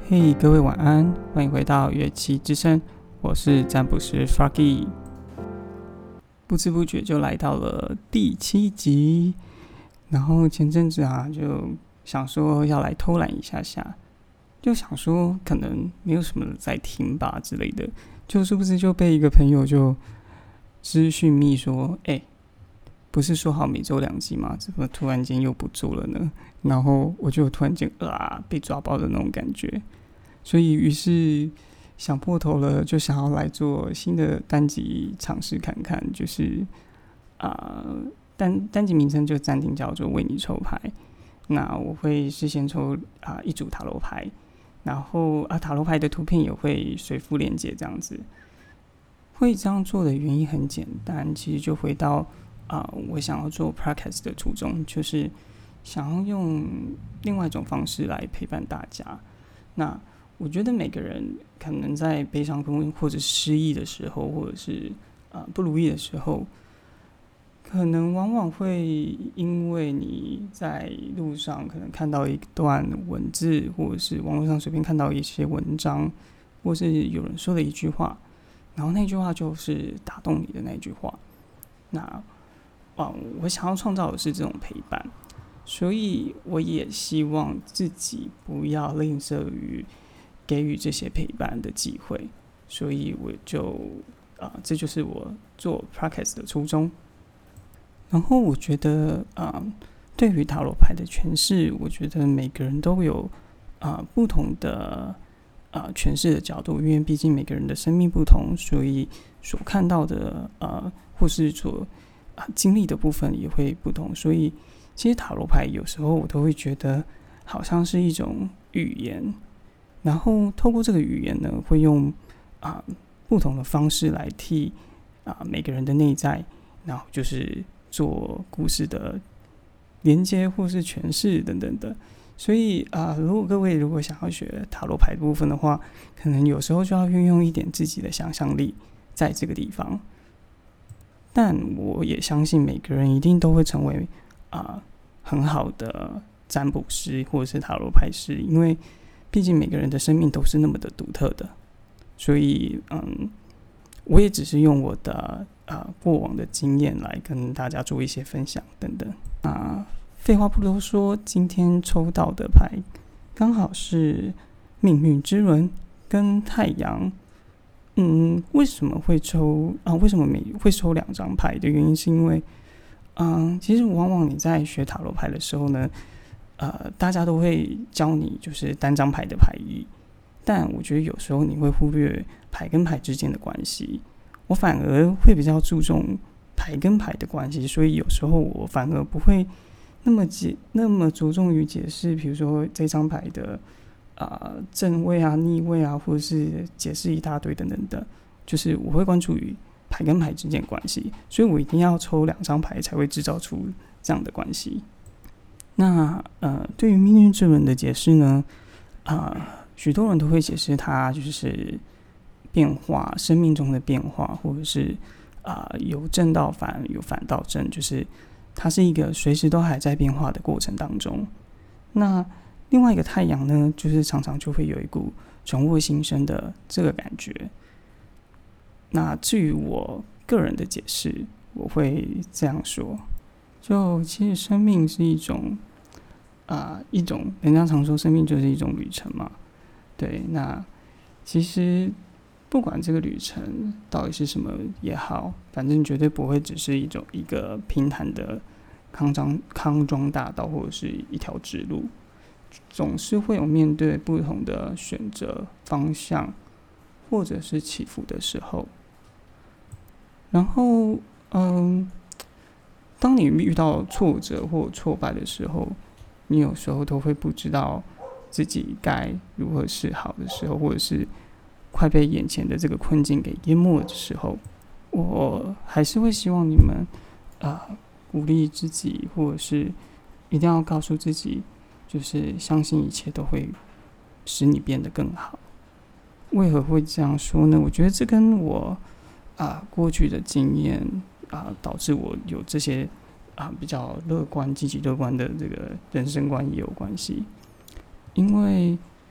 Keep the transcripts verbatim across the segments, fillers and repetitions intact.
嘿，各位晚安，欢迎回到乐器之声，我是占卜师 Froggy。不知不觉就来到了第七集，然后前阵子啊，就想说要来偷懒一下下，就想说可能没有什么人在听吧之类的，就是不是就被一个朋友就私讯密说，哎、欸，不是说好每周两集吗？怎么突然间又不做了呢？然后我就突然间啊被抓包的那种感觉，所以于是想破头了，就想要来做新的单集尝试看看，就是啊、呃、单单集名称就暂定叫做为你抽牌。那我会事先抽啊、呃、一组塔罗牌，然后啊塔罗牌的图片也会随附连结这样子。会这样做的原因很简单，其实就回到啊、呃、我想要做 podcast 的初衷，就是想要用另外一种方式来陪伴大家。那我觉得每个人可能在悲伤或者失意的时候，或者是、呃、不如意的时候，可能往往会因为你在路上可能看到一段文字，或者是网络上随便看到一些文章，或是有人说的一句话，然后那句话就是打动你的那句话。那、啊、我想要创造的是这种陪伴，所以我也希望自己不要吝啬于给予这些陪伴的机会，所以我就啊、呃，这就是我做 podcast 的初衷。然后我觉得啊、呃，对于塔罗牌的诠释，我觉得每个人都有啊、呃、不同的啊诠释的角度，因为毕竟每个人的生命不同，所以所看到的呃或是所啊、呃、经历的部分也会不同，所以其实塔罗牌有时候我都会觉得好像是一种语言。然后透过这个语言呢，会用啊、呃、不同的方式来替啊、呃、每个人的内在，然后就是做故事的连接或是诠释等等的。所以啊、呃，如果各位如果想要学塔罗牌的部分的话，可能有时候就要运用一点自己的想象力在这个地方。但我也相信每个人一定都会成为啊、呃、很好的占卜师或者是塔罗牌师，因为毕竟每个人的生命都是那么的独特的，所以嗯，我也只是用我的呃过往的经验来跟大家做一些分享等等。啊，废话不多说，今天抽到的牌刚好是命运之轮跟太阳。嗯，为什么会抽啊？为什么每会抽两张牌的原因是因为，嗯，其实往往你在学塔罗牌的时候呢。呃，大家都会教你就是单张牌的牌意，但我觉得有时候你会忽略牌跟牌之间的关系。我反而会比较注重牌跟牌的关系，所以有时候我反而不会那么解那么着重于解释，比如说这张牌的啊、呃、正位啊、逆位啊，或者是解释一大堆等等的，就是我会关注于牌跟牌之间的关系，所以我一定要抽两张牌才会制造出这样的关系。那呃，对于命运之轮的解释呢，啊、呃，许多人都会解释它就是变化，生命中的变化，或者是啊、呃、由正到反，由反到正，就是它是一个随时都还在变化的过程当中。那另外一个太阳呢，就是常常就会有一股重获新生的这个感觉。那至于我个人的解释，我会这样说：就其实生命是一种。啊、呃，一种人家常说生命就是一种旅程嘛，对。那其实不管这个旅程到底是什么也好，反正绝对不会只是一种一个平坦的康庄康庄大道或者是一条直路，总是会有面对不同的选择方向或者是起伏的时候。然后，嗯，当你遇到挫折或挫败的时候，你有时候都会不知道自己该如何是好的时候，或者是快被眼前的这个困境给淹没的时候，我还是会希望你们啊、呃、鼓励自己，或者是一定要告诉自己，就是相信一切都会使你变得更好。为何会这样说呢？我觉得这跟我啊、呃、过去的经验啊、呃、导致我有这些。啊，比较乐观、积极乐观的这个人生观也有关系，因为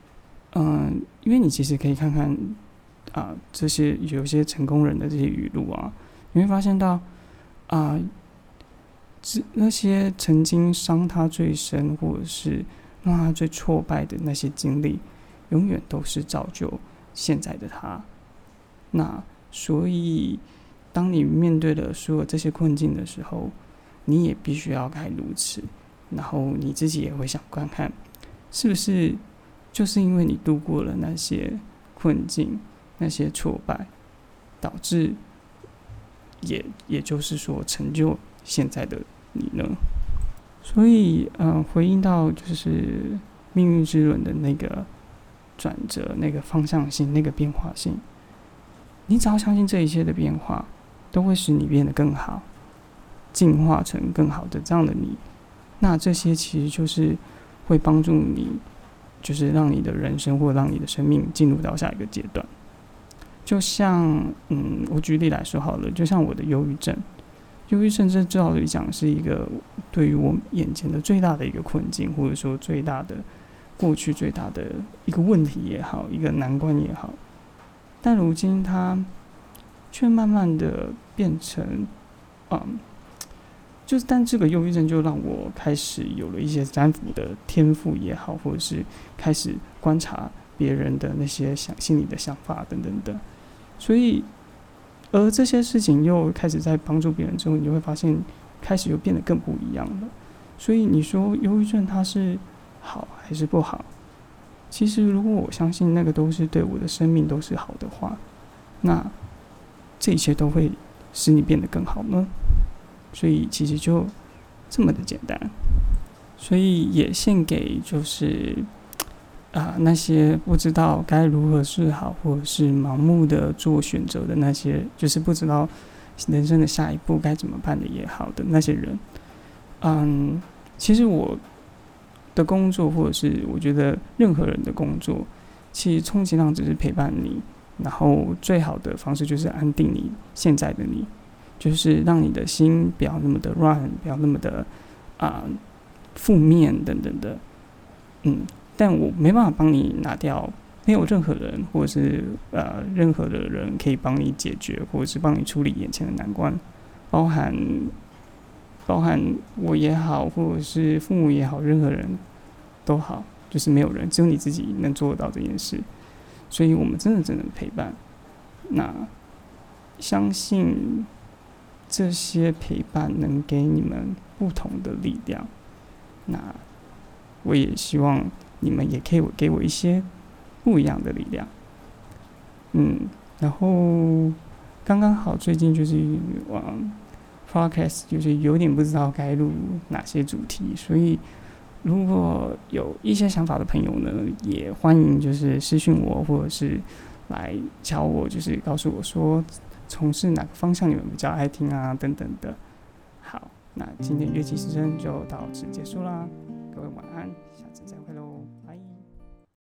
嗯，因为你其实可以看看啊、呃，这些有些成功人的这些语录啊，你会发现到啊、呃，那些曾经伤他最深，或者是让他最挫败的那些经历，永远都是造就现在的他。那所以，当你面对了所有这些困境的时候，你也必须要该如此。然后你自己也会想看看，是不是就是因为你度过了那些困境、那些挫败，导致也也就是说成就现在的你呢？所以，嗯，回应到就是命运之轮的那个转折、那个方向性、那个变化性，你只要相信这一切的变化都会使你变得更好，进化成更好的这样的你。那这些其实就是会帮助你，就是让你的人生或让你的生命进入到下一个阶段。就像，嗯，我举例来说好了，就像我的忧郁症，忧郁症这照理讲是一个对于我眼前的最大的一个困境，或者说最大的过去最大的一个问题也好，一个难关也好，但如今它却慢慢的变成，嗯。就是，但这个忧郁症就让我开始有了一些占卜的天赋也好，或者是开始观察别人的那些想心里的想法等等的，所以，而这些事情又开始在帮助别人之后，你就会发现开始又变得更不一样了。所以你说忧郁症它是好还是不好？其实如果我相信那个都是对我的生命都是好的话，那这一切都会使你变得更好呢。所以其实就这么的简单，所以也献给就是啊、呃、那些不知道该如何是好，或者是盲目的做选择的那些，就是不知道人生的下一步该怎么办的也好的那些人。嗯，其实我的工作，或者是我觉得任何人的工作，其实充其量只是陪伴你，然后最好的方式就是安定你现在的你。就是让你的心不要那么的乱，不要那么的啊、呃、负面等等的，嗯，但我没办法帮你拿掉，没有任何人或者是呃任何的人可以帮你解决，或者是帮你处理眼前的难关，包含包含我也好，或者是父母也好，任何人都好，就是没有人，只有你自己能做得到这件事，所以我们真的只能陪伴。那相信这些陪伴能给你们不同的力量，那我也希望你们也可以给我一些不一样的力量。嗯，然后刚刚好最近就是往 podcast 就是有点不知道该录哪些主题，所以如果有一些想法的朋友呢，也欢迎就是私讯我，或者是来教我，就是告诉我说从事哪个方向你们比较爱听啊，等等的。好，那今天乐器时针就到此结束啦，各位晚安，下次再见。